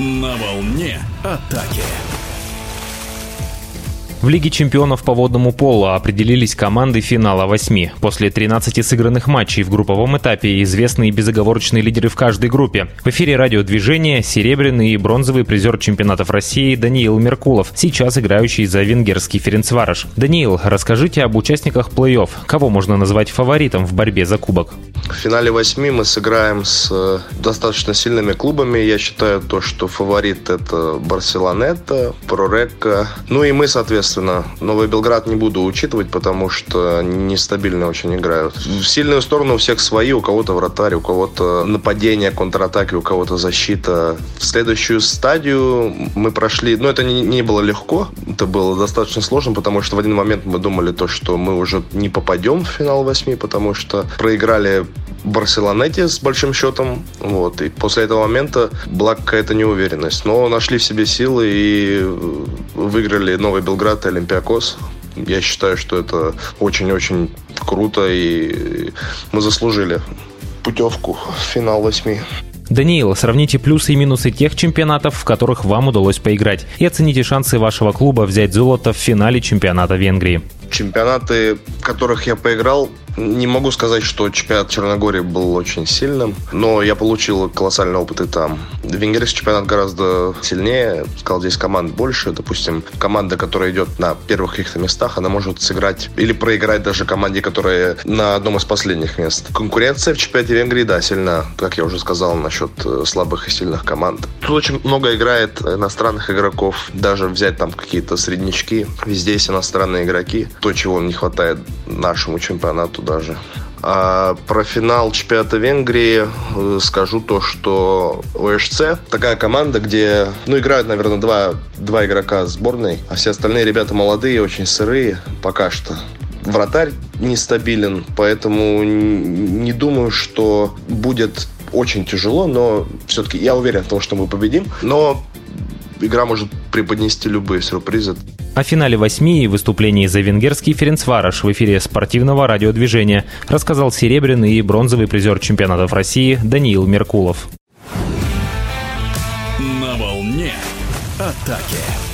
На волне атаки. В Лиге чемпионов по водному полу определились команды финала 8. После 13 сыгранных матчей в групповом этапе известные безоговорочные лидеры в каждой группе. В эфире радиодвижения серебряный и бронзовый призер чемпионатов России Даниил Меркулов, сейчас играющий за венгерский Ференцварош. Даниил, расскажите об участниках плей-офф. Кого можно назвать фаворитом в борьбе за кубок? В финале 8 мы сыграем с достаточно сильными клубами. Я считаю, что фаворит — это Барселонета, Прорекка. Ну и мы, соответственно, Новый Белград не буду учитывать, потому что нестабильно очень играют. В сильную сторону у всех свои. У кого-то вратарь, у кого-то нападение, контратаки, у кого-то защита. В следующую стадию мы прошли... это не было легко. Это было достаточно сложно, потому что в один момент мы думали, что мы уже не попадем в финал 8, потому что проиграли Барселонете с большим счетом. И после этого момента была какая-то неуверенность. Но нашли в себе силы и выиграли Новый Белград и Олимпиакос. Я считаю, что это очень-очень круто, и мы заслужили путевку в финал 8. Даниил, сравните плюсы и минусы тех чемпионатов, в которых вам удалось поиграть, и оцените шансы вашего клуба взять золото в финале чемпионата Венгрии. Чемпионаты, в которых я поиграл, не могу сказать, что чемпионат Черногории был очень сильным, но я получил колоссальный опыт и там. Венгерский чемпионат гораздо сильнее. Сказал, здесь команд больше. Допустим, команда, которая идет на первых каких-то местах, она может сыграть или проиграть даже команде, которая на одном из последних мест. Конкуренция в чемпионате Венгрии, да, сильна, как я уже сказал, насчет слабых и сильных команд. Тут очень много играет иностранных игроков. Даже взять там какие-то среднячки. Везде есть иностранные игроки. То, чего не хватает нашему чемпионату даже. А про финал чемпионата Венгрии скажу что ОСЦ такая команда, где играют, наверное, два игрока сборной, а все остальные ребята молодые, очень сырые пока что. Вратарь нестабилен, поэтому не думаю, что будет очень тяжело, но все-таки я уверен в том, что мы победим. Но игра может преподнести любые сюрпризы. О финале 8 и выступлении за венгерский Ференцварош в эфире спортивного радиодвижения рассказал серебряный и бронзовый призер чемпионатов России Даниил Меркулов. На волне атаки.